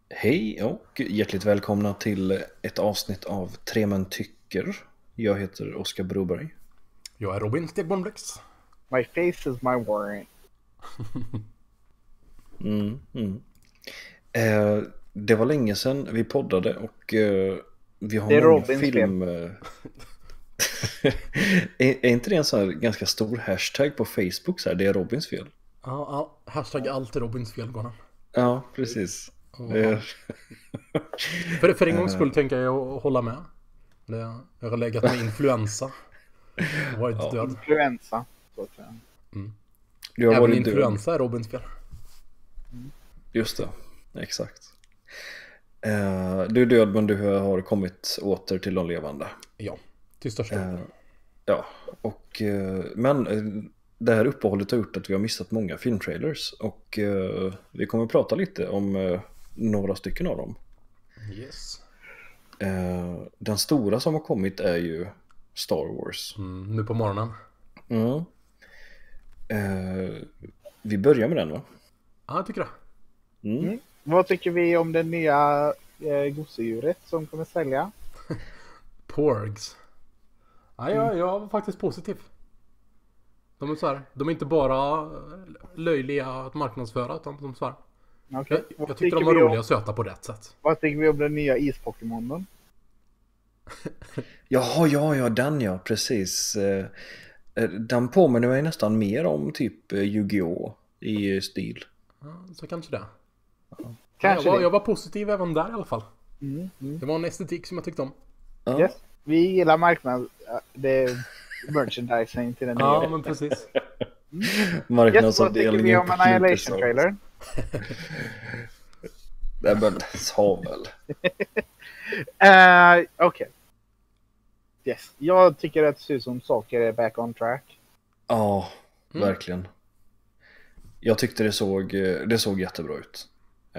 Hej och hjärtligt välkomna till ett avsnitt av Tre män tycker. Jag heter Oskar Broberg. Jag är Robin Stegbomblex. My face is my warrant. Det var länge sedan vi poddade och vi har Det är många Robins film... är inte det en sån här ganska stor hashtag på Facebook så här, det är Robins fel? Ja, hashtag allt är Robins fel går den. Ja, precis. För en gångs skull tänker jag att hålla med. Jag har legat med influensa. Och varit död. Influensa, så att säga. Du har Även varit influensa är Robins fel. Just det, exakt. Du är död men du har kommit åter till de levande. Ja, till största del. Ja, och men det här uppehållet har gjort att vi har missat många filmtrailers och vi kommer att prata lite om några stycken av dem. Yes. Den stora som har kommit är ju Star Wars. Nu på morgonen. Vi börjar med den, va? Ja, jag tycker det. Vad tycker vi om det nya gosedjuret som kommer sälja? Porgs. Ja, jag var faktiskt positiv. De är så här, de är inte bara löjliga att marknadsföra utan de så här. Okay. Jag tyckte de var roliga och söta på rätt sätt. Vad tycker vi om den nya ispokémonen? Ja, den ja, precis. Den påminner mig nästan mer om typ Yu-Gi-Oh! I stil. Ja, så kanske det. Kanske jag var positiv även där i alla fall. Det var en estetik som jag tyckte om. Ja. Yes. Vi gillar merchandising till den nya. Ja, men precis. Yes, vad tycker vi om Annihilation-trailer? Det är väl savel. Okej. Yes. Jag tycker att det ser ut som saker är back on track. Ja, verkligen. Jag tyckte det såg jättebra ut.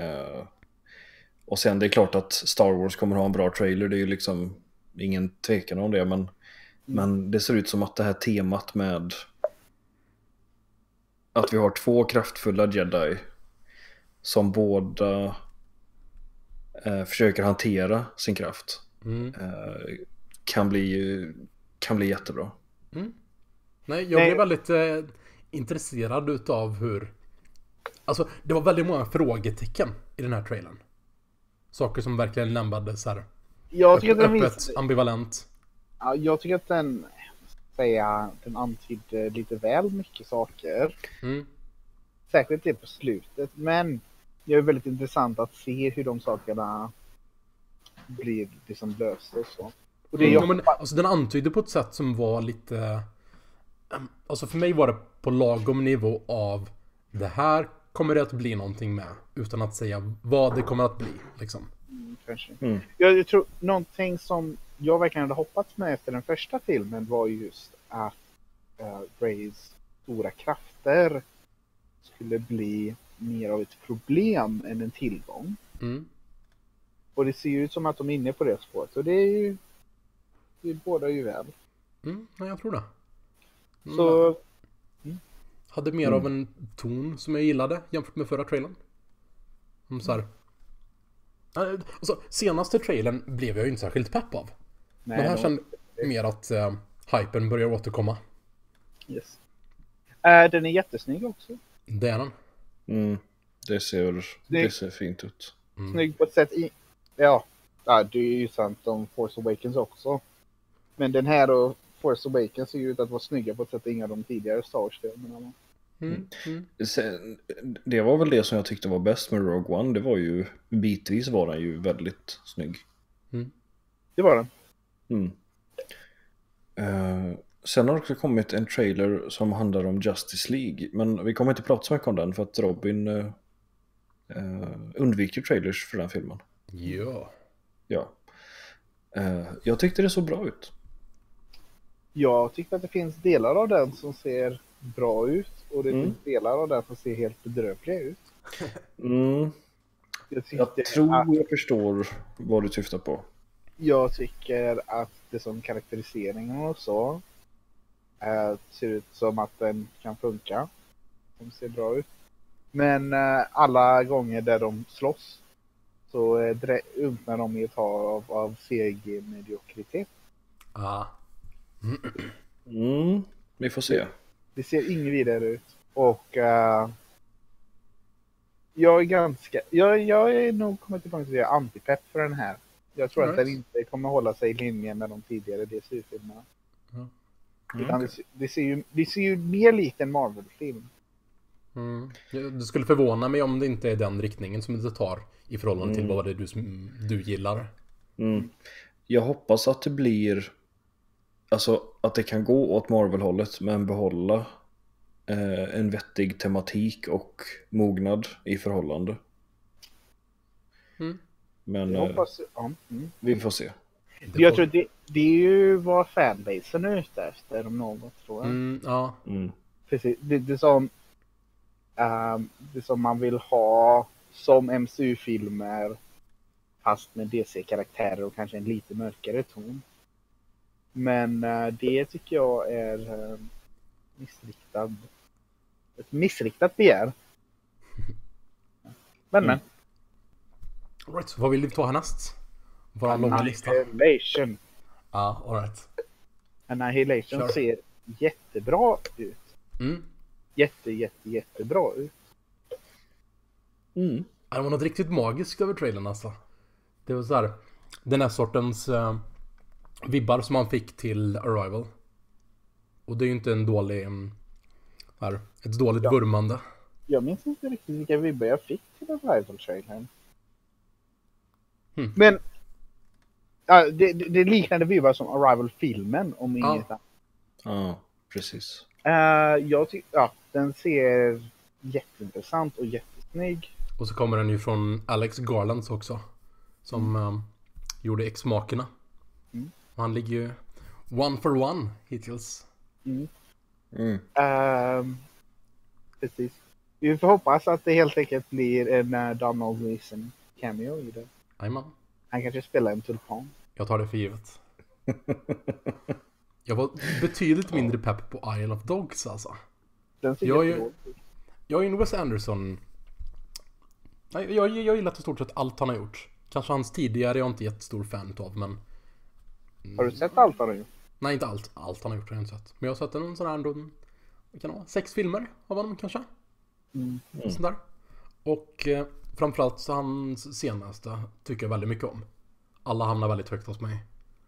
Och sen det är klart att Star Wars kommer ha en bra trailer. Det är ju liksom ingen tvekan om det. Men det ser ut som att det här temat med att vi har två kraftfulla Jedi som båda försöker hantera sin kraft kan bli jättebra. Nej, jag blev väldigt intresserad utav hur... Alltså, det var väldigt många frågetecken i den här trailern. Saker som verkligen lämnade så här Jag tycker öppet, ambivalent. Ja, jag tycker att den antydde lite väl mycket saker. Särskilt det på slutet. Men det är väldigt intressant att se hur de sakerna blir liksom lösta och så. Och det men, alltså, den antydde på ett sätt som var lite... Alltså för mig var det på lagom nivå av det här kommer det att bli någonting med utan att säga vad det kommer att bli liksom. Kanske. Jag tror någonting som jag verkligen hade hoppats med efter den första filmen var just att Reys stora krafter skulle bli mer av ett problem än en tillgång. Och det ser ju ut som att de är inne på det spåret. Och det båda ju väl. Ja, jag tror det. Så... Hade mer av en ton som jag gillade jämfört med förra trailern. Så här. Alltså, senaste trailern blev jag ju inte särskilt pepp av. Nej, men här kände mer att hypen börjar återkomma. Yes. Den är jättesnygg också. Det är den. Det ser fint ut. Snygg på ett sätt ja, det är ju sant om Force Awakens också. Men den här och Force Awakens ser ju ut att vara snygga på ett sätt inga av de tidigare Star Wars-filmerna. Det var väl det som jag tyckte var bäst med Rogue One. Det var ju bitvis var den ju väldigt snygg. Det var den. Sen har det också kommit en trailer som handlar om Justice League. Men vi kommer inte prata så mycket om den för att Robin undviker trailers för den filmen. Ja. Jag tyckte det såg bra ut. Jag tyckte att det finns delar av den som ser bra ut. Och det finns delar av den som ser helt bedrövliga ut. Jag tror jag förstår vad du syftar på. Jag tycker att det som karaktäriseringen och så ser ut som att den kan funka. Den ser bra ut. Men alla gånger där de slåss så öppnar de i ett hav av CG-mediokritet. Vi får se. Det ser inget vidare ut. Och jag är nog kommit till punkt att jag är antipepp för den här. Jag tror att den inte kommer hålla sig i linje med de tidigare DC-filmerna. Utan det ser ju mer likt en Marvel-film. Det skulle förvåna mig om det inte är den riktningen som det tar i förhållande till vad det är du gillar. Jag hoppas att det blir, alltså att det kan gå åt Marvel-hållet men behålla en vettig tematik och mognad i förhållande. Men jag hoppas, vi får se. Jag tror det är ju vad fanbasen är ute efter om något, tror jag. Precis. Det som man vill ha som MCU-filmer fast med DC-karaktärer och kanske en lite mörkare ton. Men det tycker jag är ett missriktat begär. Men. Right, vad vill du ta härnäst? Våra långa lista. Annihilation. Ja, alright. Annihilation ser jättebra ut. Jättebra ut. Det var något riktigt magiskt över trailern alltså. Det var så här, den här sortens vibbar som man fick till Arrival. Och det är ju inte en dålig ett dåligt vurmande. Jag minns inte riktigt vilka vibbar jag fick till Arrival-trailern. Men det liknande vibbar som Arrival-filmen om inget annat. Ja, precis. Jag tycker den ser jätteintressant och jättesnygg. Och så kommer den ju från Alex Garlands också. Som gjorde X-makerna. Och han ligger ju 1 for 1 hittills. Precis. Vi får hoppas att det helt enkelt blir en Donald Gleason cameo i det. Jajamän. Han kanske spelar en tulpan. Jag tar det för givet. Jag var betydligt mindre pepp på Isle of Dogs alltså. Den ser jag är en Wes Anderson. Jag gillar till stort sett allt han har gjort. Kanske hans tidigare jag är inte jättestor fan av, men... Har du sett allt han har gjort? Nej, inte allt. Allt han har gjort har jag inte sett. Men jag har sett en sån här... Det kan vara 6 filmer av honom kanske. Sån där. Och framförallt så hans senaste tycker jag väldigt mycket om. Alla hamnar väldigt högt hos mig.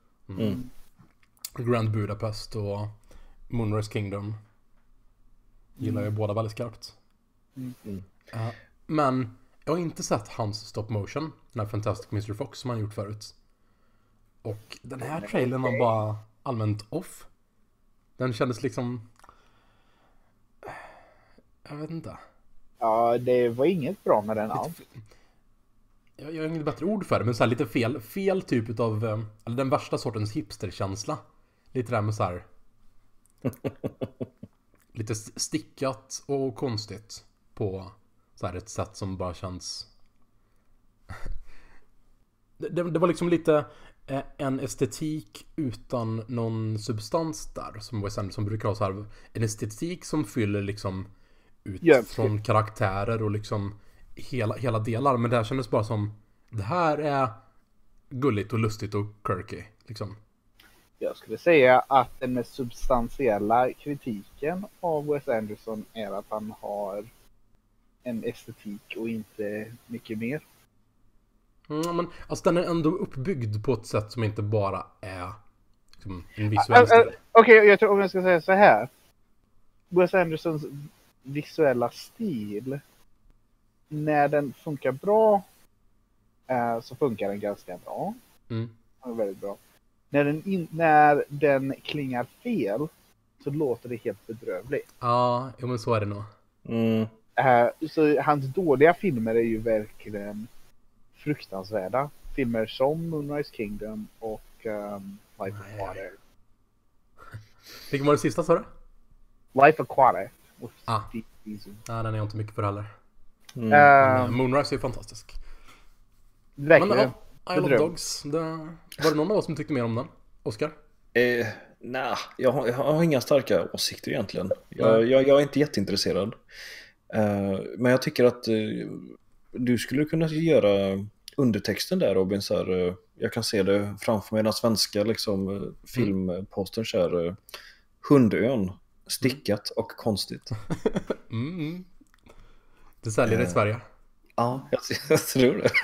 Grand Budapest och Moonrise Kingdom gillar jag båda väldigt skarpt. Men jag har inte sett hans stop motion, den här Fantastic Mr. Fox som han gjort förut. Och den här trailern var bara allmänt off. Den kändes liksom... Jag vet inte. Ja, det var inget bra med den alls. Jag har inget bättre ord för det, men så här lite fel typ av, eller den värsta sortens hipsterkänsla. Lite där med så här lite stickat och konstigt på så här ett sätt som bara känns det var liksom lite en estetik utan någon substans där, som Wes Anderson brukar ha så här, en estetik som fyller liksom ut från karaktärer och liksom hela delar, men det här kändes bara som det här är gulligt och lustigt och quirky liksom. Jag skulle säga att den mest substantiella kritiken av Wes Anderson är att han har en estetik och inte mycket mer. Men alltså den är ändå uppbyggd på ett sätt som inte bara är liksom, en visuell stil. Okej, jag tror om jag ska säga så här. Wes Andersons visuella stil, när den funkar bra så funkar den ganska bra. Väldigt bra. När den klingar fel så låter det helt bedrövligt. Ja, men så är det nog. Så hans dåliga filmer är ju verkligen fruktansvärda. Filmer som Moonrise Kingdom och Life Aquatic. Vilken var det sista, sa du? Life Aquatic. Den är jag inte mycket för heller. Moonrise är fantastisk. Verkligen. Men Isle of Dogs, var det någon av oss som tyckte mer om den? Oscar? Nej, jag har inga starka åsikter egentligen. Jag är inte jätteintresserad. Men jag tycker att du skulle kunna göra undertexten där, Robin, så här, jag kan se det framför mig, den svenska liksom, filmpostern så här, Hundön, stickat och konstigt. Det säljer i Sverige. Ja, jag tror det.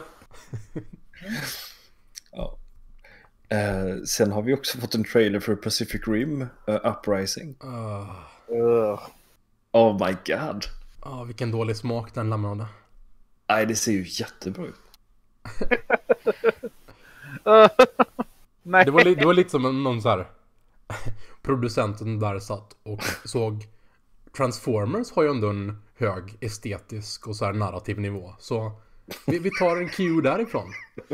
Ja. Sen har vi också fått en trailer för Pacific Rim Uprising. Oh my god. Vilken dålig smak den lämnade. Nej, det ser ju jättebra ut. Nej. Det var lite som någon så här producenten där satt och såg Transformers har ju ändå en hög estetisk och så här narrativ nivå. Så vi tar en cue därifrån.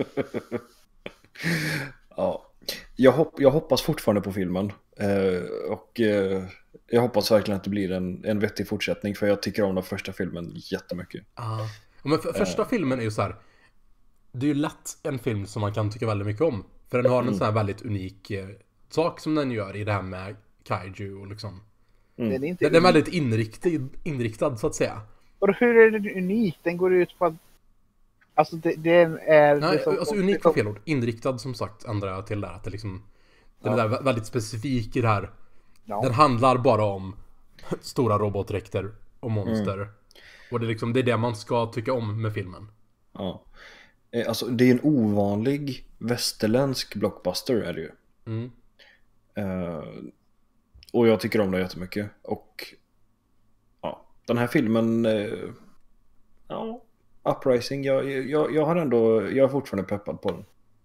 Ja. Jag hoppas fortfarande på filmen. Och jag hoppas verkligen att det blir en vettig fortsättning, för jag tycker om den första filmen jättemycket. Men första filmen är ju så här. Det är ju lätt en film som man kan tycka väldigt mycket om. För den har en sån här väldigt unik sak som den gör i det här med kaiju och liksom. Den är Den är väldigt inriktad så att säga. Och hur är den unik? Den går ut på att... Alltså den är... Nej, alltså unik var fel ord. Inriktad som sagt ändrar jag till där. Att det liksom... Den är där väldigt specifik i det här. Ja. Den handlar bara om stora robotdräkter och monster. Och det är det man ska tycka om med filmen. Ja. Alltså det är en ovanlig västerländsk blockbuster är det ju. Och jag tycker om det jättemycket. Och ja, den här filmen Uprising, jag är fortfarande peppad på den.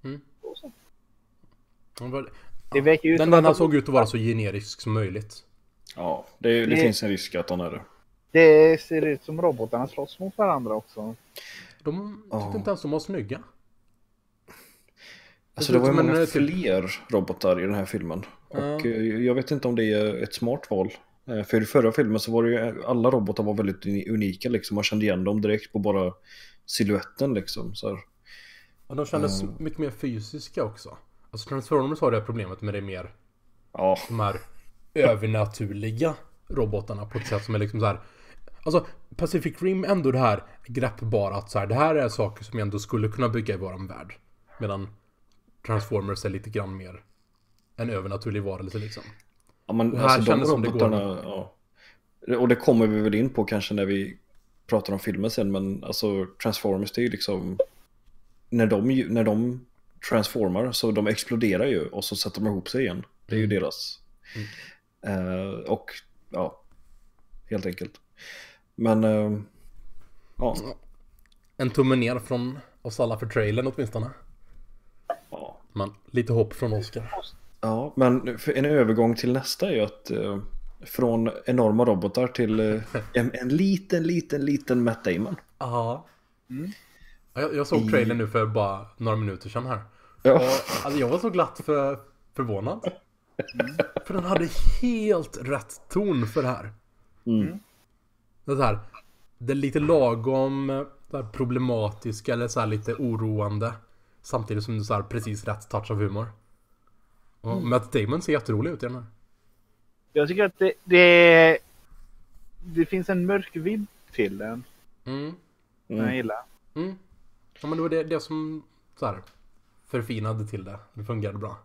Den såg ut att vara så generisk som möjligt. Ja, det finns en risk att den är det. Det ser ut som robotarna slåss mot varandra också. De tyckte inte ens de var snygga. Alltså det var många fler robotar i den här filmen. Och jag vet inte om det är ett smart val. För i förra filmen så var det ju, alla robotar var väldigt unika liksom. Man kände igen dem direkt på bara silhuetten liksom. Så här. Ja, de kändes mycket mer fysiska också. Alltså Transformers har det här problemet med det mer de här övernaturliga robotarna på ett sätt som är liksom så här. Alltså Pacific Rim ändå det här greppbara att så här, det här är saker som ändå skulle kunna bygga i våran värld. Medan Transformers är lite grann mer en övernaturlig varelse liksom. Ja, men och här alltså, kändes som det går. Och det kommer vi väl in på kanske när vi pratar om filmen sen, men alltså Transformers, det är ju liksom när de transformar så de exploderar ju och så sätter de ihop sig igen. Det är ju deras. Och ja, helt enkelt. Men ja. En tumme ner från oss alla för trailern åtminstone. Ja. Men lite hopp från Oscar. Ja, men för en övergång till nästa är ju att från enorma robotar till en liten Matt Damon. Ja. Jag såg trailern nu för bara några minuter sedan här. Ja. Och, alltså, jag var så glatt förvånad. För den hade helt rätt ton för det här. Det är lite lagom det här problematiska eller så här lite oroande. Samtidigt som det är så här precis rätt touch av humor. Och Matt Damon ser jätterolig ut i den här. Jag tycker att det finns en mörk vibb till den. Jag gillar. Ja, men det var det som så här förfinade till det. Det fungerade bra.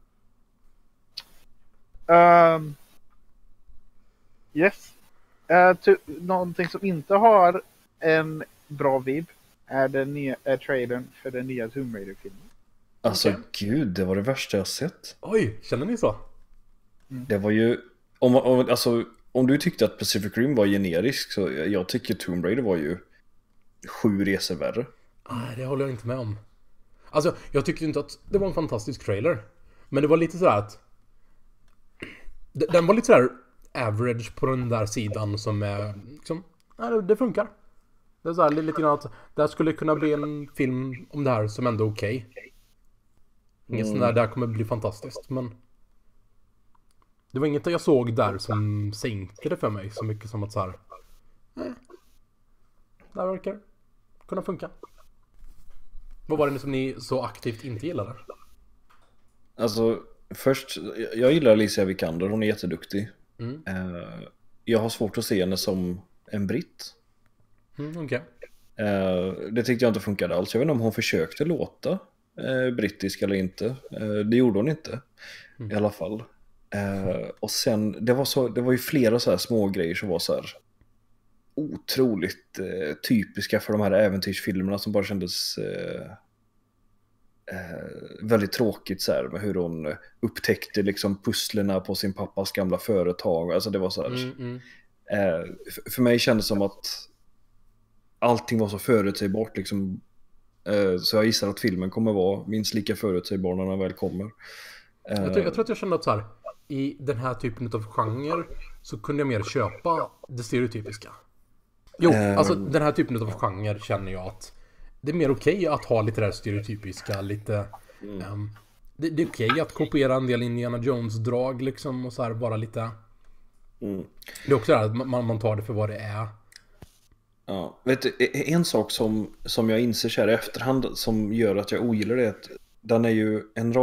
Yes. Någonting som inte har en bra vibb är den nya trailern för den nya Tomb Raider-filmen. Alltså gud, det var det värsta jag sett. Oj, känner ni så? Det var ju om du tyckte att Pacific Rim var generisk, så jag tycker Tomb Raider var ju 7 resor värre. Nej, det håller jag inte med om. Alltså, jag tyckte inte att det var en fantastisk trailer. Men det var lite sådär att den var lite sådär average på den där sidan som är liksom, nej, det funkar. Det är såhär lite grann att det här skulle kunna bli en film om det här som ändå är okej. Inget sån där, det här kommer bli fantastiskt, men det var inget jag såg där som sänkte det för mig så mycket som att så här. Det här verkar kunna funka. Vad var det som ni så aktivt inte gillade? Alltså, först, jag gillar Alicia Vikander, hon är jätteduktig. Jag har svårt att se henne som en britt. Okej. Det tyckte jag inte funkade alls. Jag vet inte om hon försökte låta brittisk eller inte. Det gjorde hon inte i alla fall. Och sen, det var ju flera så här små grejer som var så här otroligt typiska för de här äventyrsfilmerna som bara kändes väldigt tråkigt så här, med hur hon upptäckte liksom pusslerna på sin pappas gamla företag. Alltså det var så här. För mig kändes det som att allting var så förutsägbart liksom. Så jag gissar att filmen kommer vara minst lika förutsägbar när den väl kommer. Jag tror att jag kände att så här, i den här typen av genre så kunde jag mer köpa det stereotypiska. Jo, alltså den här typen av genre känner jag att det är mer okej att ha lite det här stereotypiska, lite det är okej att kopiera en del Indiana Jones-drag liksom och så här bara lite. Det är också det här att man tar det för vad det är. Ja, vet du, en sak som jag inser så här i efterhand som gör att jag ogillar det är att den är ju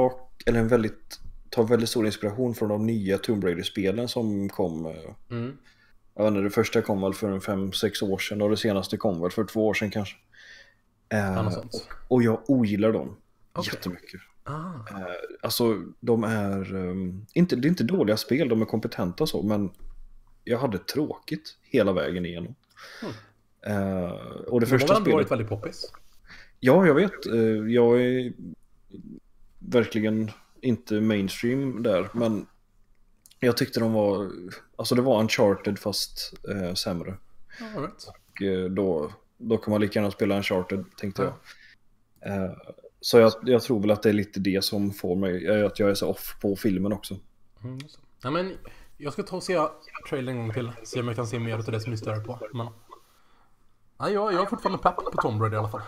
tar väldigt stor inspiration från de nya Tomb Raider-spelen som kom. Jag vet inte, det första kom väl för 5-6 år sedan och det senaste kom väl för 2 år sedan kanske. Och jag ogillar dem jättemycket. Alltså de är det är inte dåliga spel, de är kompetenta så, men jag hade tråkigt hela vägen igenom. Och det första spelet varit väldigt poppis. Ja, jag vet. Jag är verkligen inte mainstream där, men jag tyckte de var, alltså det var Uncharted fast sämre. Och då kan man lika gärna spela Uncharted, tänkte jag. Så jag tror väl att det är lite det som får mig att jag är så off på filmen också. Ja, men jag ska ta och se trailern en gång till, se om jag kan se mer av det som ni stör på. Men nej, jag är fortfarande pepp på Tomb Raider i alla fall.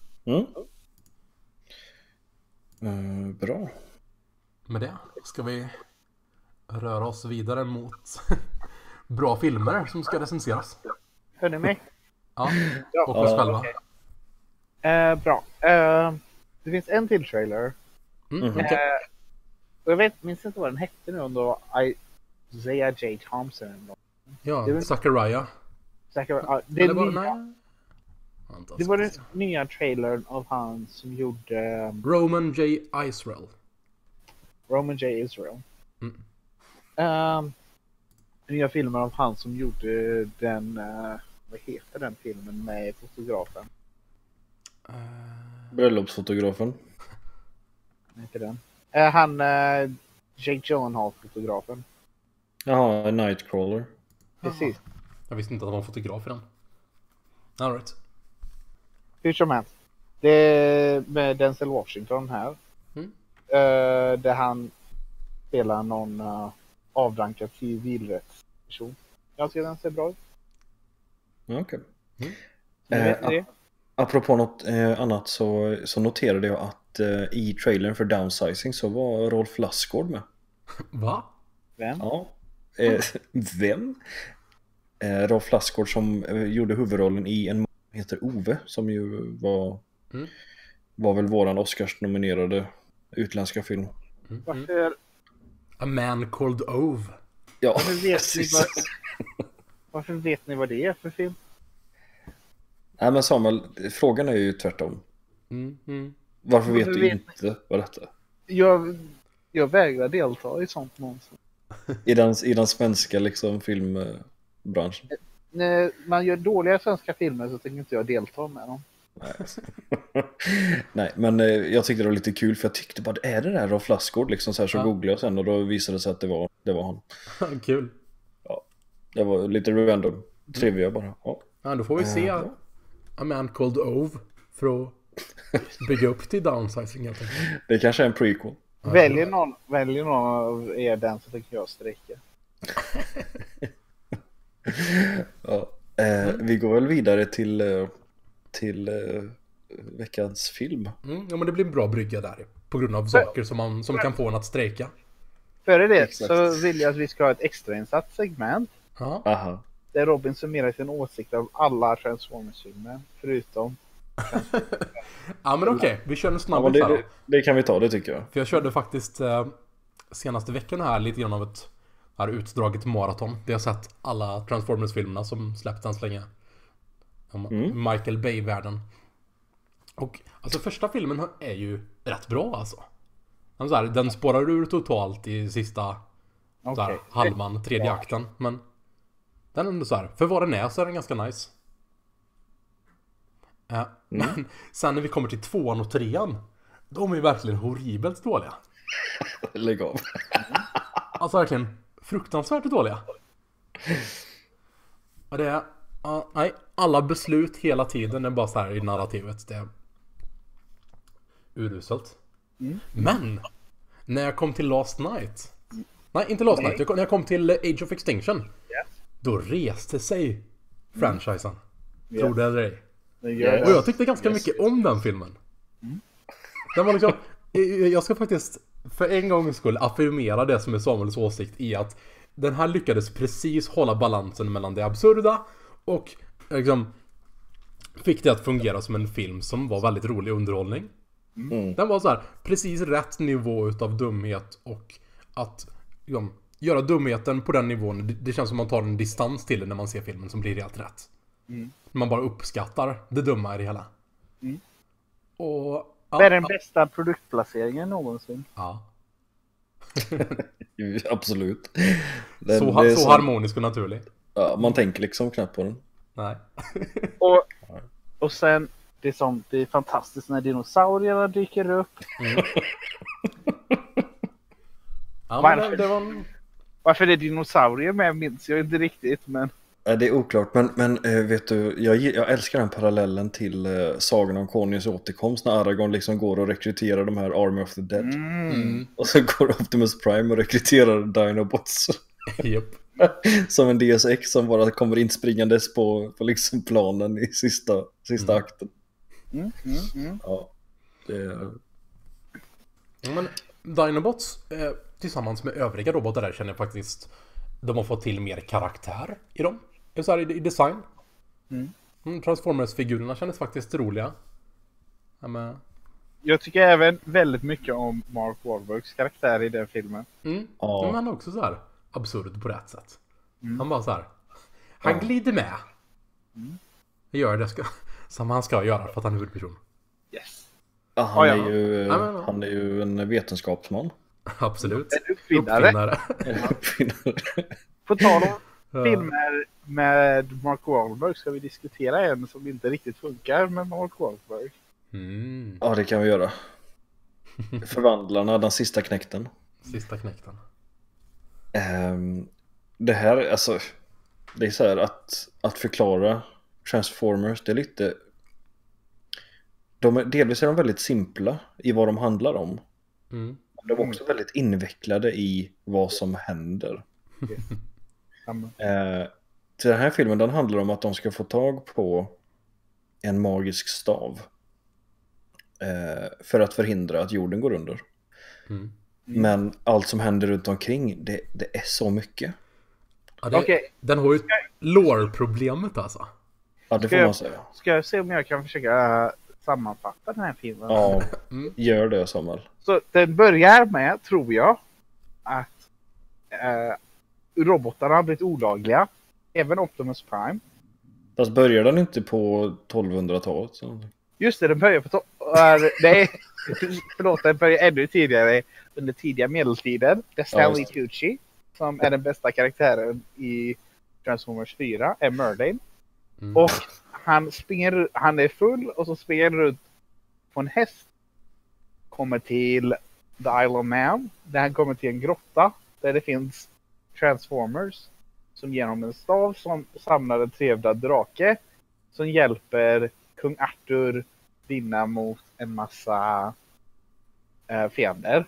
Bra. Med det ska vi röra oss vidare mot bra filmer som ska recenseras. Hör ni mig? Ja, och oss själva. Bra. Det finns en till trailer. Och jag minns inte vad den hette nu, om det var Isaiah J. Thompson. Ja, Zachariah. Det var den nya trailern av han som gjorde Roman J. Israel. Nya filmer av han som gjorde den, vad heter den filmen med fotografen? Bröllopsfotografen. Inte den. Han Jake Gyllenhaal-fotografen. Jaha, Nightcrawler. Precis. Jag visste inte att han var fotograf i den. All right. Hur som helst. Det är med Denzel Washington här. Där han spelar någon avdankad civilrättsperson. Jag tycker den ser bra ut. Okej. Det. Apropå något annat så noterade jag att i trailern för Downsizing så var Rolf Lassgård med. Va? Vem? Ja. Vem? Rolf Lassgård som gjorde huvudrollen i en man heter Ove, som ju var väl våran Oscars-nominerade utländska film. Varför? A Man Called Ove. Ja, varför vet ni vad det är för film? Nej, men Samuel, frågan är ju tvärtom. Varför vet du inte vad detta är? Jag vägrar delta i sånt någonsin. I den svenska liksom filmbranschen. När man gör dåliga svenska filmer så tänker inte jag delta med dem. Nej, men jag tyckte det var lite kul, för jag tyckte bara, är det där Rolf Lassgård liksom, så här, så googlade jag sen och då visade det sig att det var han. Kul. Ja, det var lite random trivia bara. Ja, då får vi se A Man Called Ove för att bygga upp till Downsizing helt enkelt. Det kanske är en prequel. Väljer någon av er den, så tänker jag sträcka. Ja, vi går väl vidare till veckans film. Ja, men det blir en bra brygga där på grund av saker som kan få en att strejka. Före det så vill jag att vi ska ha ett extrainsatt-segment. Aha. Där Robin summerar sin åsikt av alla Transformers-filmer förutom ja, men okej, vi kör en snabb det kan vi ta, det tycker jag. För jag körde faktiskt senaste veckan här lite grann av ett utdraget maraton. Där jag sett alla Transformers-filmerna som släppts än så länge. Michael Bay-världen. Och alltså första filmen är ju rätt bra alltså. Så här, den spårar ur totalt i sista så här, halvan, tredje akten. Men den är ändå så här, för vad den är så är den ganska nice. Men sen när vi kommer till 2:an och 3:an, de är ju verkligen horribelt dåliga. Lägg av. Alltså verkligen fruktansvärt dåliga. Och det är nej, alla beslut hela tiden är bara så här i narrativet. Det är uruselt. Men när jag kom till Last Night. Nej, inte Last Night. När jag kom till Age of Extinction. Då reste sig franchisen. Tror det eller ej. Och jag tyckte ganska mycket om den filmen. Den var liksom, jag ska faktiskt för en gångs skull affirmera det som är Samuels åsikt i att den här lyckades precis hålla balansen mellan det absurda och liksom fick det att fungera som en film som var väldigt rolig underhållning. Den var så här precis rätt nivå utav dumhet och att liksom, göra dumheten på den nivån, det känns som man tar en distans till det när man ser filmen som blir helt rätt. Man bara uppskattar det dumma i det hela. Och det är den bästa produktplaceringen någonsin. Ja. Absolut. Så harmonisk och naturlig. Ja, man tänker liksom knappt på den. Nej. och sen det är fantastiskt när dinosaurierna dyker upp. Ja, men det var varför det är dinosaurier med minns jag inte riktigt, men det är oklart, men vet du, jag älskar den parallellen till Sagan om Konungens återkomst när Aragorn liksom går och rekryterar de här Army of the Dead. Och så går Optimus Prime och rekryterar Dinobots. Japp. Som en DSX som bara kommer inspringandes på liksom planen i sista akten. Ja, men Dinobots tillsammans med övriga robotar där känner jag faktiskt de har fått till mer karaktär i dem. Så här, i design. Transformers-figurerna kändes faktiskt roliga. Jag tycker även väldigt mycket om Mark Wahlbergs karaktär i den filmen. Men han är också så här absurd på rätt sätt. Han bara så här. Han glider med. Gör det som han ska göra för att han är huvudperson. Yes. Ja, han är ju en vetenskapsman. Absolut. En uppfinnare. På tal om filmer med Mark Wahlberg ska vi diskutera en som inte riktigt funkar med Mark Wahlberg. Ja, det kan vi göra. Förvandlarna, den sista knäkten. Det här, alltså det är så här att förklara Transformers, det är lite delvis är de väldigt simpla i vad de handlar om. De är också väldigt invecklade i vad som händer. Till den här filmen, den handlar om att de ska få tag på en magisk stav för att förhindra att jorden går under. Men allt som händer runt omkring, det är så mycket. Ja, den har ju ett lore-problemet alltså. Ja, det får man säga. Ska jag se om jag kan försöka sammanfatta den här filmen? Ja, gör det, Samuel. Så den börjar med, tror jag, att robotarna har blivit olagliga. Även Optimus Prime. Fast börjar den inte på 1200-talet? Just det, den börjar på förlåt, den börjar ännu tidigare under tidiga medeltiden. Det är Stanley Tucci som är den bästa karaktären i Transformers 4, är Murdane. Och han är full och så springer runt på en häst. Kommer till The Isle of Man, där han kommer till en grotta där det finns Transformers som ger honom en stav som samlar en trevda drake som hjälper kung Arthur vinna mot en massa fiender.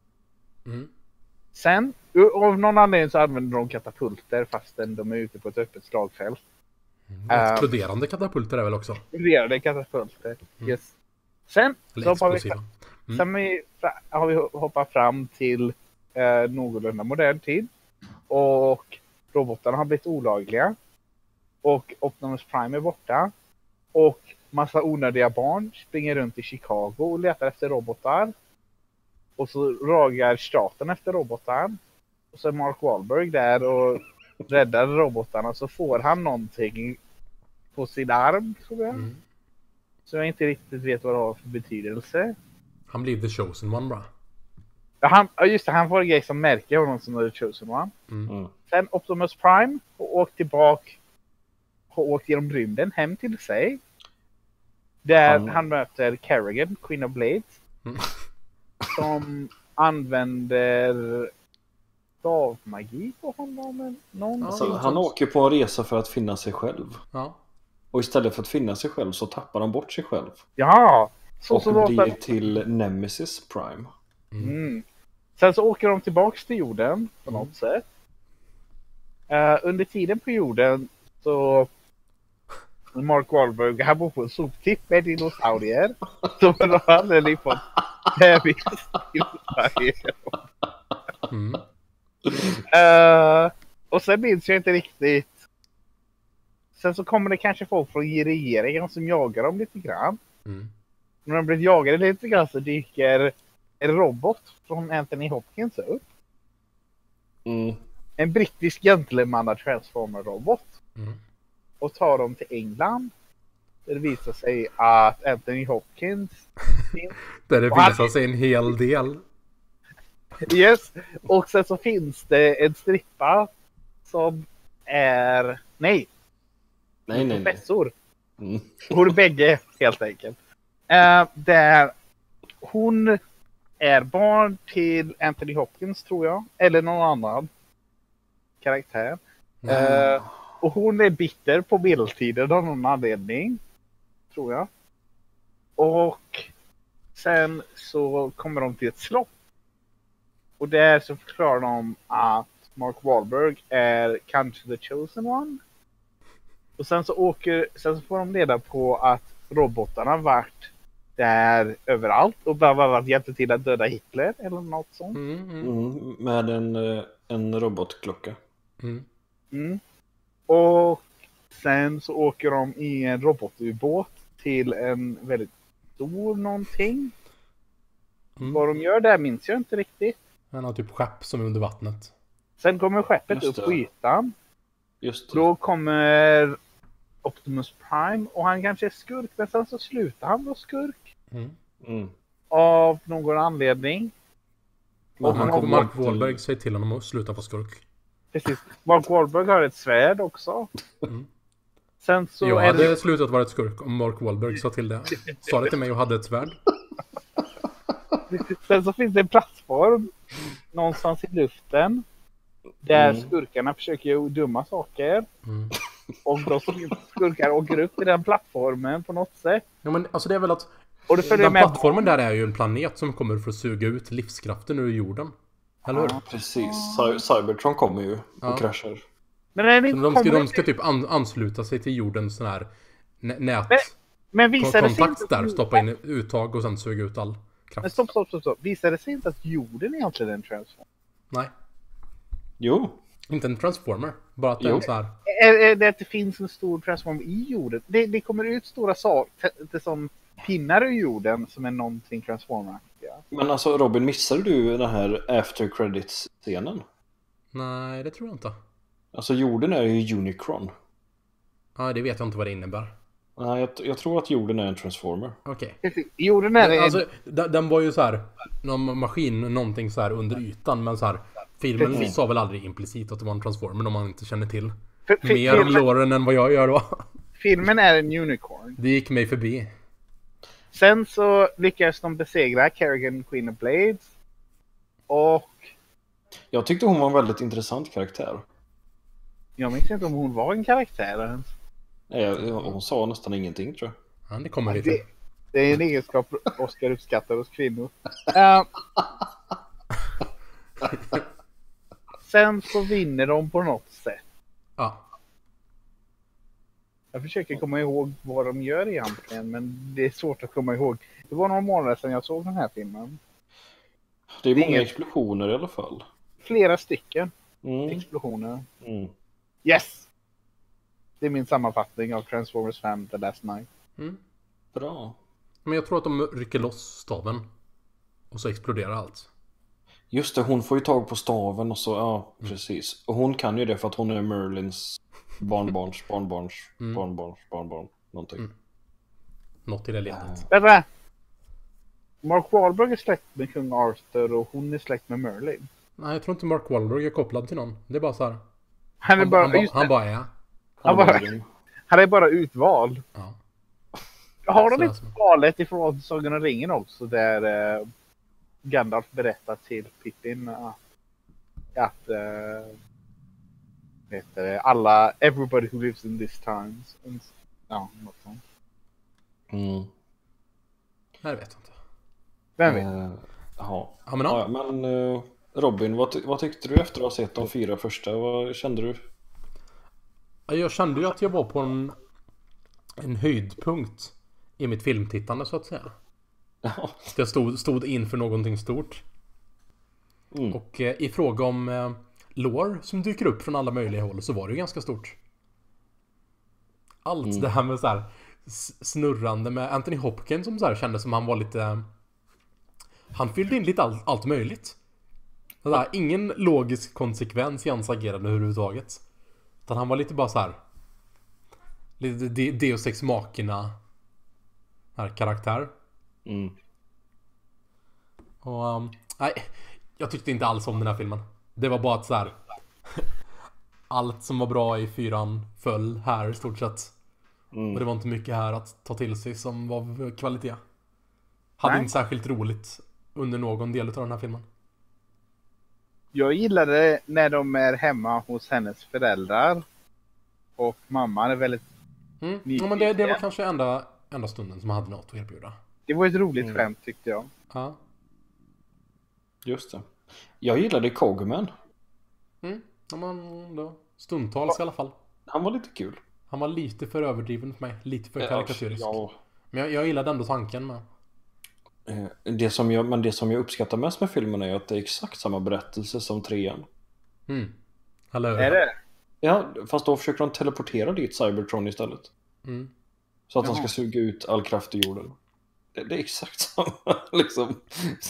Sen, av någon anledning så använder de katapulter fastän de är ute på ett öppet slagfält. Exploderande katapulter är väl också? Exploderande katapulter, yes. Sen så har vi hoppat fram till någorlunda modern tid. Och robotarna har blivit olagliga. Och Optimus Prime är borta. Och massa onödiga barn springer runt i Chicago och letar efter robotar. Och så ragar staten efter robotar. Och så är Mark Wahlberg där och räddar robotarna. Så får han någonting på sin arm, tror jag. Mm. Så jag inte riktigt vet vad det har för betydelse. Han blir the chosen one bara. Ja, just det, han får en grej som märker honom som the chosen one. Mm. Sen Optimus Prime och åkt tillbaka och åkt genom rymden hem till sig. Där han möter Kerrigan, Queen of Blades. Mm. Som använder stavmagi på honom. Alltså, han åker på en resa för att finna sig själv. Ja. Och istället för att finna sig själv så tappar han bort sig själv. Ja! Och blir till Nemesis Prime. Mm. Sen så åker de tillbaks till jorden på något sätt. Under tiden på jorden så Mark Wahlberg, han bor på en soptipp med dinosaurier. Så har han aldrig fått dinosaurier. Mm. Och sen minns jag inte riktigt. Sen så kommer det kanske folk från regeringen som jagar dem lite grann. Mm. När de blir jagade lite grann så dyker en robot från Anthony Hopkins upp. Mm. En brittisk gentlemanna transformer-robot. Mm. Och tar dem till England. Där det visar sig att Anthony Hopkins Där det visar sig en hel del. Yes. Och sen så finns det en strippa som är professor. Mm. Hon är bägge helt enkelt. Där hon är barn till Anthony Hopkins, tror jag. Eller någon annan karaktär. Och hon är bitter på medeltiden av någon anledning. Tror jag. Och sen så kommer de till ett slott. Och där så förklarar de att Mark Wahlberg är kanske the chosen one. Och sen så får de reda på att robotarna varit där överallt och bland annat hjälpte till att döda Hitler eller något sånt. Med en robotklocka. Och sen så åker de i en robotubåt till en väldigt stor någonting. Vad de gör där minns jag inte riktigt. Han har typ skepp som är under vattnet. Sen kommer skeppet upp på ytan. Just det. Då kommer Optimus Prime och han kanske är skurk, men sen så slutar han vara skurk. Av någon anledning. Och Mark Wahlberg säger till honom att sluta på skurk. Precis. Mark Wahlberg har ett svärd också. Sen så jag hade slutat vara ett skurk om Mark Wahlberg sa till det. Sa det till mig och hade ett svärd. Sen så finns det en plattform någonstans i luften där skurkarna försöker göra dumma saker. Och då skurkar åker upp i den plattformen på något sätt. Ja, men alltså det är väl att och det den plattformen där är ju en planet som kommer för att suga ut livskraften ur jorden. Eller hur? Ja, precis. Cybertron kommer ju och kraschar. Men de ska typ ansluta sig till jordens sån här nät. Men visar det sig kontakt där, stoppa in uttag och sen suga ut all kraft. Men stopp. Visar det sig inte att jorden egentligen är en transformer? Nej. Jo. Inte en transformer. Bara att det är så här. Är det att det finns en stor transformer i jorden? Det kommer ut stora saker som pinnar ur jorden som är någonting transformer. Ja. Men alltså Robin, missade du den här after credits-scenen? Nej, det tror jag inte. Alltså jorden är ju Unicron. Ja, det vet jag inte vad det innebär. Nej, jag tror att jorden är en transformer. Okej. Jorden är alltså, den var ju så här någon maskin, någonting så här under ytan, men så här filmen sa väl aldrig implicit att det var en transformer om man inte känner till mer om låren än vad jag gör då. Filmen är en unicorn. Det gick mig förbi. Sen så lyckades de besegra Kerrigan, Queen of Blades. Och jag tyckte hon var en väldigt intressant karaktär. Jag minns inte om hon var en karaktär ens. Nej, hon sa nästan ingenting, tror jag. Ja, det kommer lite. Det är en egenskap Oscar uppskattar hos kvinnor. Sen så vinner de på något sätt. Ja. Jag försöker komma ihåg vad de gör egentligen, men det är svårt att komma ihåg. Det var några månader sedan jag såg den här filmen. Det är många explosioner i alla fall. Flera stycken explosioner. Yes! Det är min sammanfattning av Transformers 5 The Last Night. Bra. Men jag tror att de rycker loss staven. Och så exploderar allt. Just det, hon får ju tag på staven och så, ja, precis. Och hon kan ju det för att hon är Merlins barnbarn, någonting. Något i det ledet. Vänta! Mark Wahlberg är släkt med kung Arthur och hon är släkt med Merlin. Nej, jag tror inte Mark Wahlberg är kopplad till någon. Det är bara så här. Han är bara, Han bara är. han är bara utvald. Ja. Har Så de är inte det. valet ifrån Sagan om ringen också där Gandalf berättar till Pippin att heter det, alla everybody who lives in this times. Ja, något sånt. Nej, det vet jag inte. Vem vet? Ja, men Robin, vad tyckte du efter att ha sett de 4 första? Vad kände du? Jag kände ju att jag var på en höjdpunkt i mitt filmtittande så att säga. Ja. Jag stod inför någonting stort. Och i fråga om lore som dyker upp från alla möjliga håll så var det ju ganska stort. Allt det här med så här snurrande med Anthony Hopkins som så här kändes som han var lite... Han fyllde in lite allt möjligt. Så där, ingen logisk konsekvens i hans agerande överhuvudtaget. Utan han var lite bara så här. Lite Deus Ex Machina här karaktär. Och nej, jag tyckte inte alls om den här filmen. Det var bara att så här. Allt som var bra i 4 föll här i stort sett. Och det var inte mycket här att ta till sig som var av kvalitet. Hade inte särskilt roligt under någon del av den här filmen. Jag gillade när de är hemma hos hennes föräldrar. Och mamman är väldigt Ja, men det var kanske enda stunden som hade något att erbjuda. Det var ett roligt skämt tyckte jag. Ja. Just det. Jag gillade Cogman. Ja, men då, stundtals i alla fall. Han var lite kul. Han var lite för överdriven för mig. Lite för karikatyrisk. Ja. Men jag gillade ändå tanken med. Det som jag uppskattar mest med filmen är att det är exakt samma berättelse som 3:an. Eller Är det? Ja, fast då försöker de teleportera dit Cybertron istället. Så att han ska suga ut all kraft ur jorden. Det är exakt samma liksom.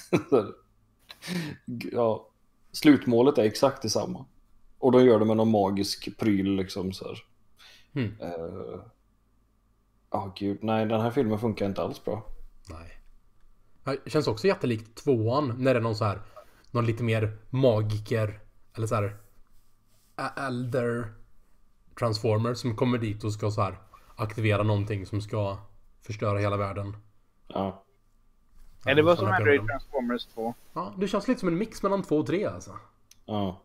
Ja, slutmålet är exakt detsamma. Och de gör det med någon magisk pryl liksom så här. Gud, nej, den här filmen funkar inte alls bra. Nej. Det känns också jättelikt 2:an när det är någon så här, någon lite mer magiker eller så här äldre transformer som kommer dit och ska så här aktivera någonting som ska förstöra hela världen. Ja. Ja, det var som hände i Transformers 2. Ja, det känns lite som en mix mellan 2 och 3 alltså. Ja.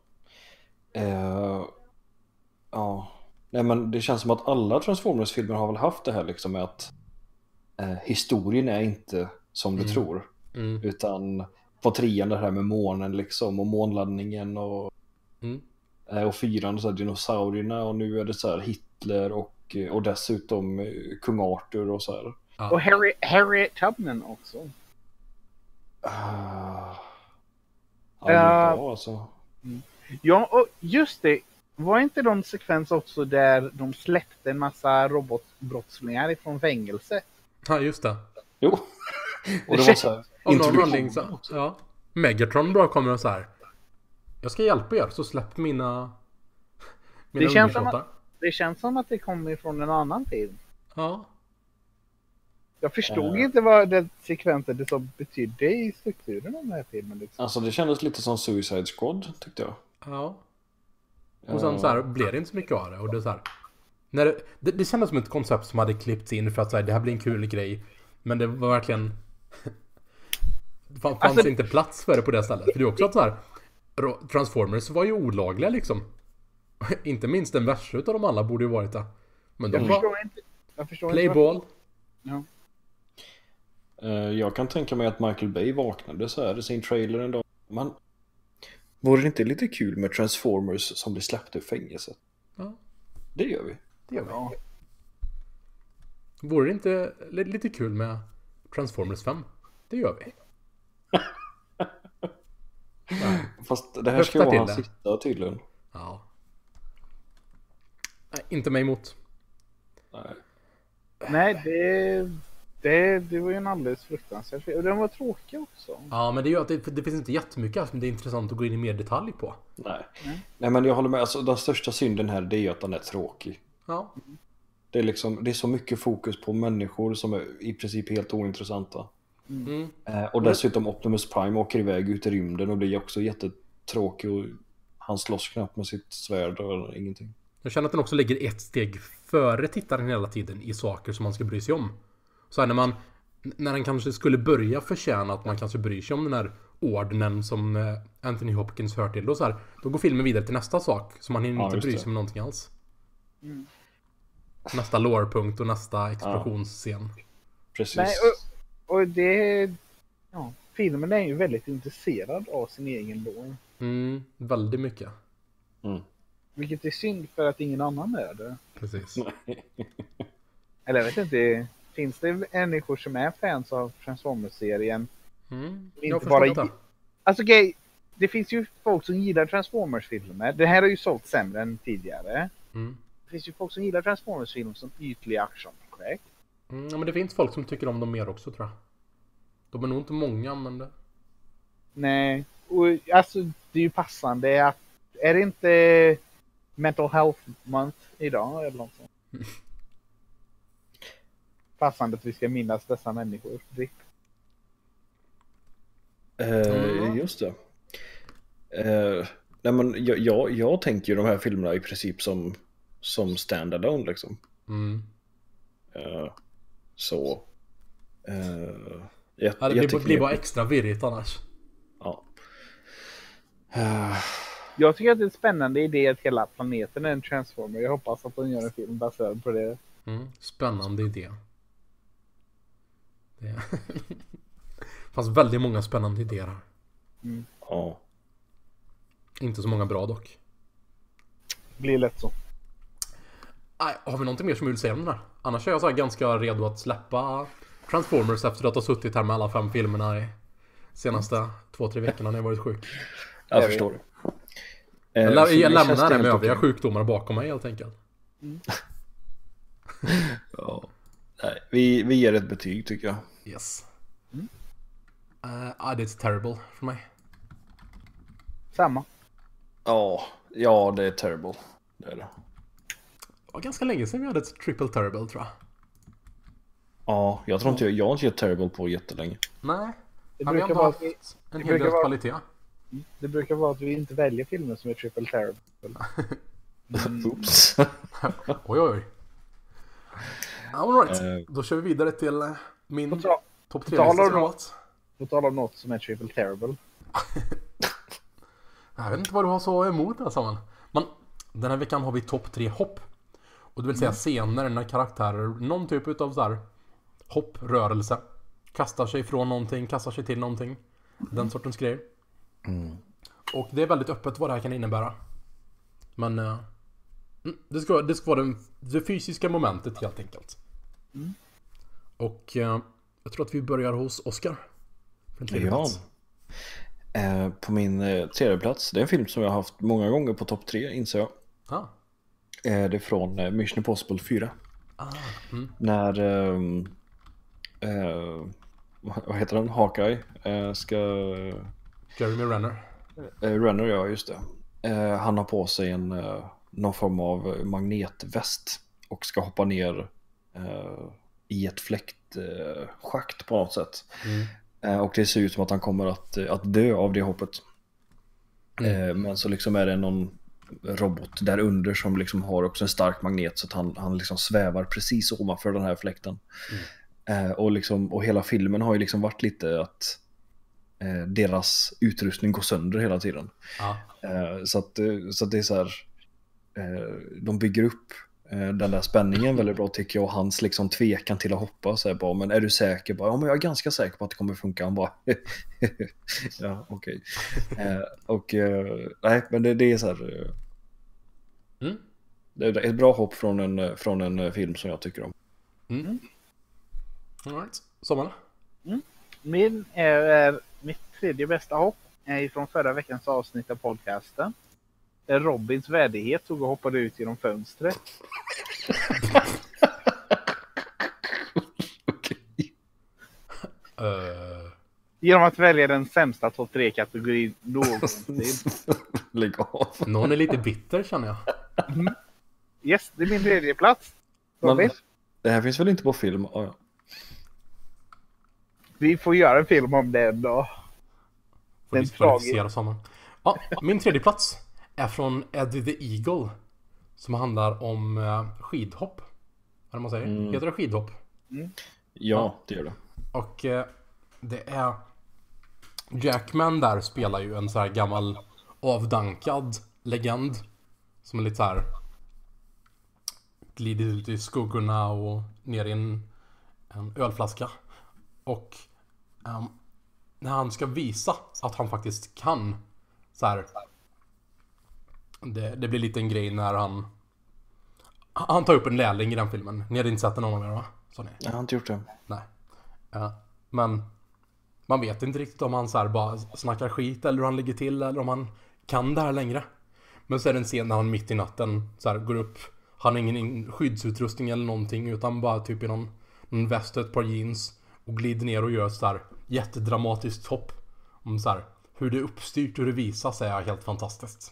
Ja. Nej, men det känns som att alla Transformers-filmer har väl haft det här liksom med att historien är inte som du tror. Utan på 3:an det här med månen liksom och månladdningen och 4:an så här dinosaurierna och nu är det så här Hitler och dessutom kung Arthur och så här. Ja. Och Harriet Tubman också. Det är bra alltså. Ja, och just det. Var inte någon sekvens också där de släppte en massa robotbrottslingar ifrån fängelse? Ja, just det. Jo. Och det var så här. Av någon anledning så. Ja. Megatron bara kommer och så här. Jag ska hjälpa er så släpp mina det känns som att det kommer ifrån en annan film. Ja. Jag förstod inte vad den sekvensen det som betydde i strukturen av den här filmen. Liksom. Alltså det kändes lite som Suicide Squad tyckte jag. Ja. Och sen så här blev det inte så mycket av det. Och det, är så här, när det kändes som ett koncept som hade klippts in för att så här, det här blir en kul grej. Men det var verkligen... det fanns inte plats för det på det stället. För det är också att så här, Transformers var ju olagliga liksom. Inte minst den värsta utav dem alla borde ju varit det. Men de jag förstår Playball. Ja. Jag kan tänka mig att Michael Bay vaknade så här i sin trailer en dag. Men vore det inte lite kul med Transformers som blir släppta ur fängelset? Ja. Det gör vi. Det gör vi. Ja. Vore det inte lite kul med Transformers 5? Det gör vi. Fast det här ska ju vara hans sista tydligen. Ja. Nej, inte mig emot. Nej, Det var ju en alldeles fruktansvärd film. Och den var tråkig också. Ja, men det gör att det finns inte jättemycket som det är intressant att gå in i mer detalj på. Nej, men jag håller med. Alltså, den största synden här, det är ju att den är tråkig. Ja. Det är så mycket fokus på människor som är i princip helt ointressanta. Mm. Och dessutom Optimus Prime åker iväg ut i rymden och blir också jättetråkig och han slåss knappt med sitt svärd och ingenting. Jag känner att den också ligger ett steg före tittaren hela tiden i saker som man ska bry sig om. Så här, när den kanske skulle börja förtjäna att man kanske bryr sig om den här ordnen som Anthony Hopkins hör till, då går filmen vidare till nästa sak som man hinner inte bry sig om någonting alls. Mm. Nästa lore-punkt och nästa explosionsscen. Precis. Nej, och det... Ja, filmen är ju väldigt intresserad av sin egen lore. Väldigt mycket. Vilket är synd för att ingen annan är det. Precis. Eller jag vet inte, finns det människor som är fans av Transformers-serien? Jag förstår det. Alltså okej, det finns ju folk som gillar Transformers-filmer. Det här har ju sålt sämre än tidigare. Det finns ju folk som gillar Transformers-filmer som ytliga actionprojekt. Ja, men det finns folk som tycker om dem mer också, tror jag. De är nog inte många, men det... Nej, och alltså det är ju passande att... Är det inte Mental Health Month idag eller något sånt? Passande att vi ska minnas dessa människor. Just det. Nej, men jag tänker ju de här filmerna i princip som stand-alone liksom. Så det blir bara extra virrigt annars. Ja. Jag tycker att det är en spännande idé att hela planeten är en transformer. Jag hoppas att de gör en film baserad på det. Spännande idé. Det fanns väldigt många spännande idéer här. Ja. Inte så många bra dock. Blir lätt så. Nej, har vi någonting mer som vi vill säga om den här? Annars är jag så här ganska redo att släppa Transformers efter att ha suttit här med alla 5 filmerna i senaste 2-3 veckorna när jag varit sjuk. Jag förstår det. Jag lämnar det med övriga sjukdomar bakom mig helt enkelt. Ja. Nej, vi ger ett betyg tycker jag. Yes. It's terrible för mig. Samma. Ja, det är terrible. Det är det. Det var ganska länge sedan vi hade ett triple terrible, tror jag. Ja, jag har inte gett terrible på jättelänge. Nej. Det Vi har ändå haft en hel del kvalitet. Det brukar vara att vi inte väljer filmer som är triple terrible. Oops. Oj. All right. Då kör vi vidare till min topp 3-lista. På tal om något som är triple terrible. Jag vet inte vad du har så emot det, Saman. Men den här veckan har vi topp 3 hopp. Och det vill säga scener när karaktärer, någon typ utav så här hopprörelse, kastar sig från någonting, kastar sig till någonting. Den sortens grejer. Och det är väldigt öppet vad det här kan innebära. Men det ska vara det fysiska momentet helt enkelt. Och jag tror att vi börjar hos Oscar. På min tredje plats, det är en film som jag har haft många gånger på topp 3, inser jag. Det är från Mission Impossible 4. När vad heter den? Hawkeye ska... Jeremy Renner. Renner, ja, just det. Han har på sig någon form av magnetväst och ska hoppa ner i ett fläktschakt på något sätt. Och det ser ut som att han kommer att dö av det hoppet. Men så liksom är det någon robot där under som liksom har också en stark magnet så att han liksom svävar precis ovanför den här fläkten. Och hela filmen har ju liksom varit lite att deras utrustning går sönder hela tiden. Så att det är så här, de bygger upp den där spänningen väldigt bra tycker jag, och hans liksom tvekan till att hoppa så här, bara, men är du säker? Bara, ja, men jag är ganska säker på att det kommer funka. Han bara ja, okej. Nej, men det är så här det är ett bra hopp från en film som jag tycker om. All right. Sommar. Mitt tredje bästa hopp är från förra veckans avsnitt av podcasten. Där Robins värdighet tog och hoppade ut genom fönstret. Genom att välja den sämsta topp 3-kategorin någonsin. Lägg av. Någon är lite bitter känner jag. Yes, det är min 3:e plats. Men, det här finns väl inte på film? Oh, ja. Vi får göra en film om den då. Får diskvalificera sommaren. Ja, min 3:e plats är från Eddie the Eagle. Som handlar om skidhopp. Vad man säger. Heter det skidhopp? Ja, det gör det. Och det är... Jackman där spelar ju en så här gammal avdankad legend. Som är lite så här... glider ut i skuggorna och ner i en ölflaska. Och när han ska visa att han faktiskt kan så här, det blir lite en grej när han tar upp en lärling i den filmen. Ni hade inte sett den någon gång, va? Jag har inte gjort det. Nej. Men man vet inte riktigt om han så här bara snackar skit eller hur han ligger till eller om han kan det här längre. Men så är det en scen när han mitt i natten så här går upp. Han har ingen skyddsutrustning eller någonting utan bara typ i någon väst och ett par jeans och glider ner och gör så här jättedramatiskt hopp. Om så här hur det är uppstyrt, hur det visas är helt fantastiskt.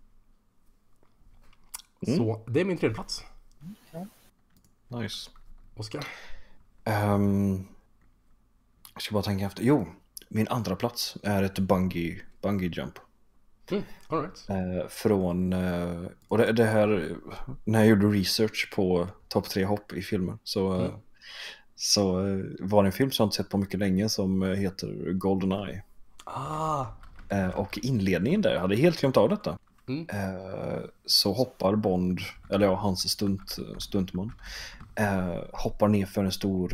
Så det är min 3:e plats. Nice. Oskar? Jag ska bara tänka efter. Jo, min 2:a plats är ett bungee jump. All right. Från och det här när jag gjorde research på topp 3 hopp i filmen så var det en film som jag inte sett på mycket länge som heter GoldenEye. Och inledningen där, jag hade helt glömt av detta. Så hoppar Bond, eller ja, hans stuntman hoppar ner för en stor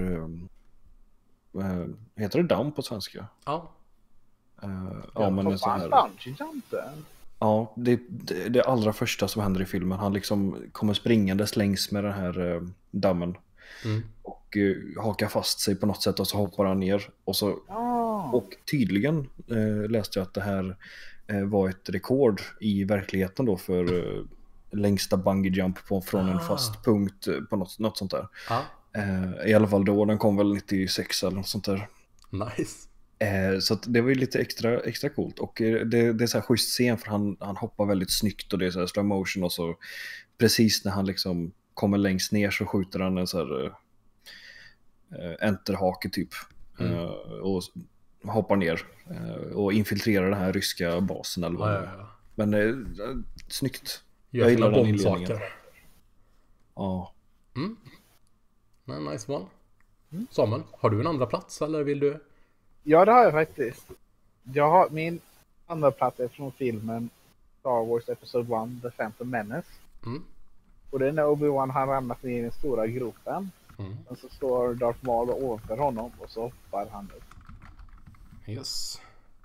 heter det damm på svenska? Ja. Ja, men en sån här... Ja, det allra första som händer i filmen. Han liksom kommer springandes längs med den här dammen. Och hakar fast sig på något sätt och så hoppar han ner. Och tydligen läste jag att det här var ett rekord i verkligheten då för längsta bungee jump från en fast punkt på något sånt där. I alla fall då, den kom väl 96 eller något sånt där. Nice. Så att det var ju lite extra coolt. Och det är så här schysst scen för han hoppar väldigt snyggt och det är så här slow motion och så precis när han liksom kommer längst ner så skjuter han en så här enterhake typ och hoppar ner och infiltrerar den här ryska basen eller vad det är. Men snyggt. Jag gillar den inledningen. Ja. Nice one. Samuel, har du en andra plats eller vill du? Ja, det har jag faktiskt. Min andra plats är från filmen Star Wars Episode 1, The Phantom Menace. Och det är när Obi-Wan har ramlat ner i den stora gropen. Och så står Darth Maul ovanför honom och så hoppar han upp. Yes.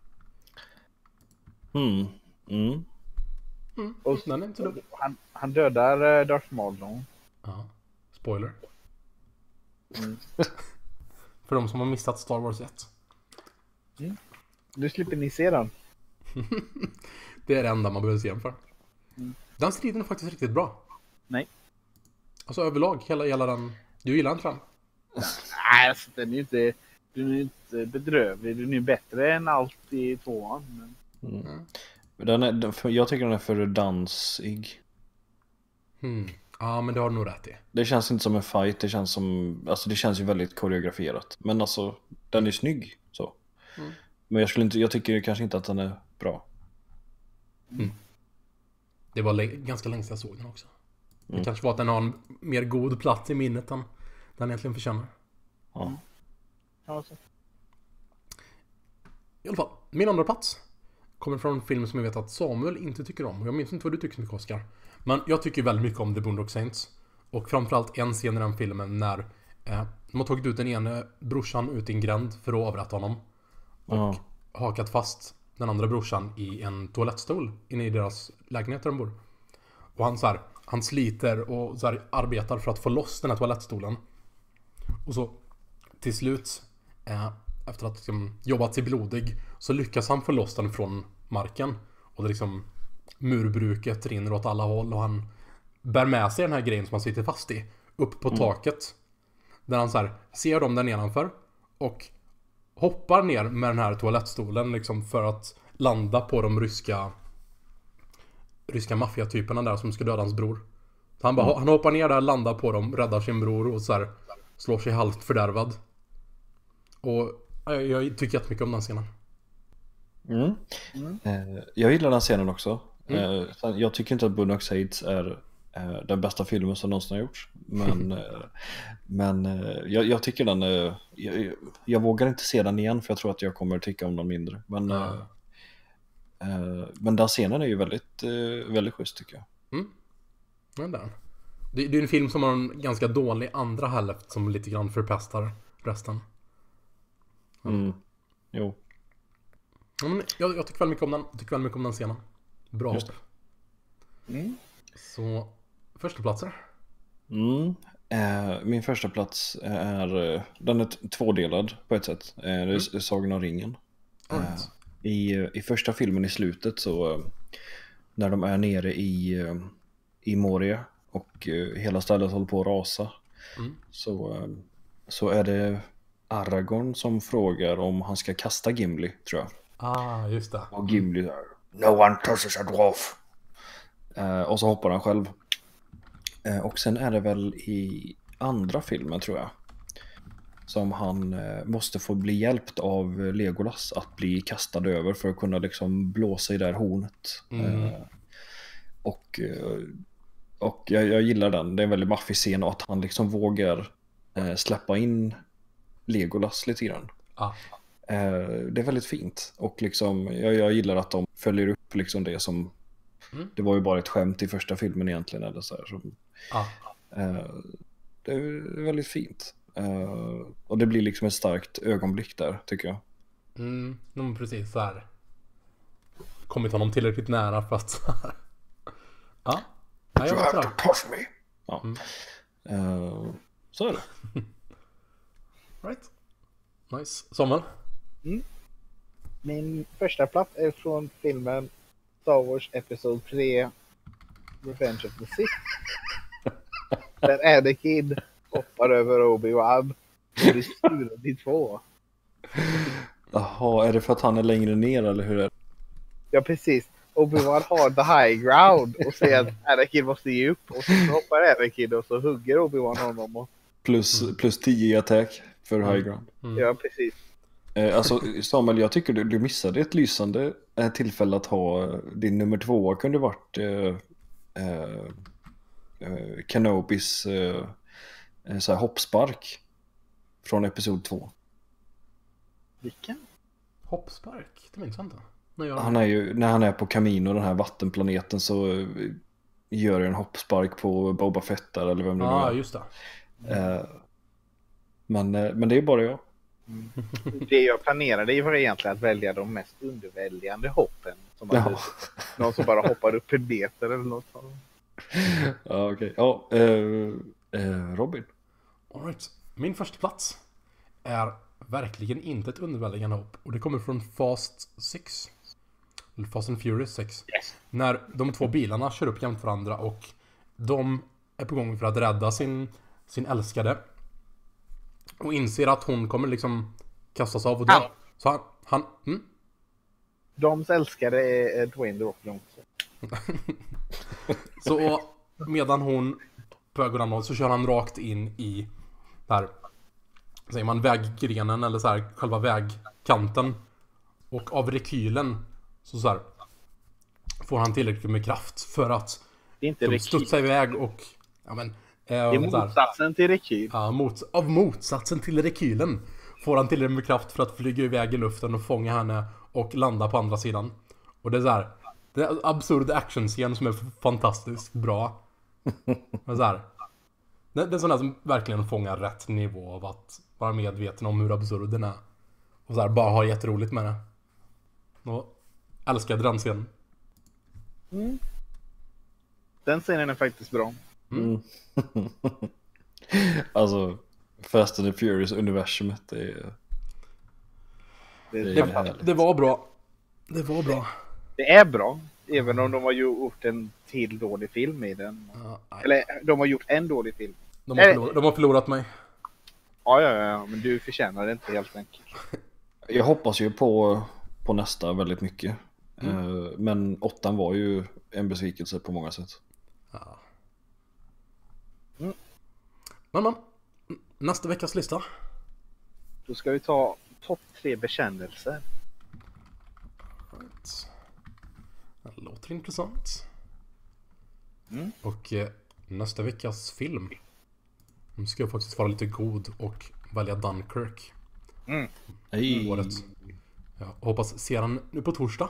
Och Den är inte dum. Han dödar Darth Maul då. Ja. Spoiler. För de som har missat Star Wars 1. Nu slipper ni se den. Det är det enda man behöver se den för. Den striden är faktiskt riktigt bra. Nej. Alltså överlag, hela den. Du gillar inte den? Nej, alltså, den är inte bedrövlig. Den är bättre än allt i 2:an. Jag tycker den är för dansig. Ja, men det har du nog rätt i. Det känns inte som en fight, det känns det känns ju väldigt koreograferat. Men alltså, den är snygg så. Men jag tycker kanske inte att den är bra. Det var ganska länge sedan jag såg den också. Det kanske var att den har en mer god plats i minnet än den egentligen förtjänar. Ja. I alla fall, min andra plats kommer från en film som jag vet att Samuel inte tycker om. Och jag minns inte vad du tycker så mycket, Oskar. Men jag tycker väldigt mycket om The Boondock Saints. Och framförallt en scen i den filmen när de har tagit ut den ene brorsan ut i en gränd för att avrätta honom. Och hakat fast den andra brorsan i en toalettstol inne i deras lägenhet där de bor. Och han sliter och så här arbetar för att få loss den här toalettstolen. Och så till slut efter att liksom jobbat sig blodig så lyckas han få loss den från marken. Och det liksom murbruket rinner åt alla håll och han bär med sig den här grejen som han sitter fast i upp på taket. Där han så här ser dem där nedanför och hoppar ner med den här toalettstolen liksom för att landa på de ryska maffiatyperna där som ska döda hans bror. Så han hoppar ner där, landar på dem, räddar sin bror och så här slår sig halvt fördärvad. Och jag tycker jättemycket om den scenen. Jag gillar den scenen också. Jag tycker inte att Boondock Saints är den bästa filmen som någonsin har gjorts. Men jag tycker den jag vågar inte se den igen, för jag tror att jag kommer tycka om den mindre. Men den scenen är ju väldigt, väldigt schysst, tycker jag. Det är en film som har en ganska dålig andra hälft som lite grann förpestar resten. Jo. Men jag tycker väldigt mycket om den scenen. Bra hopp. Så första platser. Min första plats den är tvådelad på ett sätt. Det är Sagan om ringen. I första filmen i slutet, så när de är nere i Moria och hela stället håller på att rasa, så är det Aragorn som frågar om han ska kasta Gimli, tror jag. Just det. Och Gimli där, no one touches a dwarf. Och så hoppar han själv. Och sen är det väl i andra filmen, tror jag, som han måste få bli hjälpt av Legolas att bli kastad över för att kunna liksom blåsa i det här hornet. Och jag gillar den. Det är en väldigt maffig scen, och att han liksom vågar släppa in Legolas lite grann. Det är väldigt fint. Och liksom, jag gillar att de följer upp liksom det som det var ju bara ett skämt i första filmen egentligen, eller så här, det är väldigt fint. Och det blir liksom ett starkt ögonblick där, tycker jag. Precis så här. Kommit honom tillräckligt nära för att jag have to touch me. Så är det. Right. Nice. Samuel? Min första plats är från filmen Star Wars Episode 3 Revenge of the Sith. Där Anakin hoppar över Obi-Wan och blir stulen i 2. Jaha, är det för att han är längre ner, eller hur är det? Ja, precis. Obi-Wan har the high ground och säger att Anakin måste ge upp, och så hoppar Anakin och så hugger Obi-Wan honom. Och... Plus 10 i attack för high ground. Ja, precis. Alltså Samuel, jag tycker du missade ett lysande tillfälle att ha din nummer 2 kunde varit Kenobis så här hoppspark från episod 2. Vilken? Hoppspark? Det minns jag inte. När han är på Kamino, den här vattenplaneten, så gör en hoppspark på Boba Fett där, eller vem det nu är. Just det. Men det är bara jag. Det jag planerade var egentligen att välja de mest underväldigande hoppen. Som någon som bara hoppar upp en meter eller något sånt. Ja, okej. Ja, Robin. All right. Min första plats är verkligen inte ett underväldigande hopp. Och det kommer från Fast 6. Eller Fast and Furious 6. Yes. När de två bilarna kör upp jämnt varandra och de är på gång för att rädda sin älskade. Och inser att hon kommer liksom kastas av och dö. Så han De älskade är Dwayne The Rock Johnson. Så medan hon på ögonen så kör han rakt in i där, säger man, väggrenen eller så här, själva vägkanten. Och av rekylen så här får han tillräckligt med kraft för att det är inte de studsar iväg och det är motsatsen till rekyl. Ja, av motsatsen till rekylen får han tillräckligt med kraft för att flyga iväg i luften och fånga henne och landa på andra sidan. Och det är så här, det är en absurd actionscen som är fantastiskt bra. Men så här, det är sån där som verkligen fångar rätt nivå av att vara medveten om hur absurd den är. Och så här, bara ha jätteroligt med det. Och älskade den scenen. Den scenen är faktiskt bra. Alltså Fast and the Furious universumet det var bra. Det var bra. Det är bra, även om de har gjort en till dålig film i den. Eller de har gjort en dålig film. De har förlorat mig. Ja, men du förtjänar det inte helt enkelt. Jag hoppas ju på nästa väldigt mycket. Men 8 var ju en besvikelse på många sätt. Ja. Men. Nästa veckas lista. Då ska vi ta topp 3 bekännelser. Right. Det låter intressant. Och nästa veckas film. Nu ska jag faktiskt vara lite god och välja Dunkirk. Året. Jag hoppas se den nu på torsdag.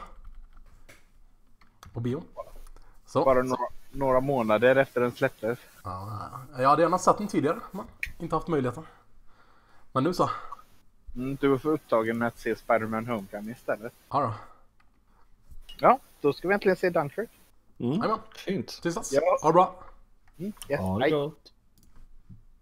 På bio. Så. Bara några månader efter den släpptes. Ja, jag hade gärna sett den tidigare, men inte haft möjligheten. Men nu så. Du var för upptagen med att se Spider-Man Homecoming istället. Ja då. Ja, då ska vi äntligen se Dunkirk. Jajamän. Fint. Tills dess. Ja. Ha det bra. Yes, Ja, det hej. är gott.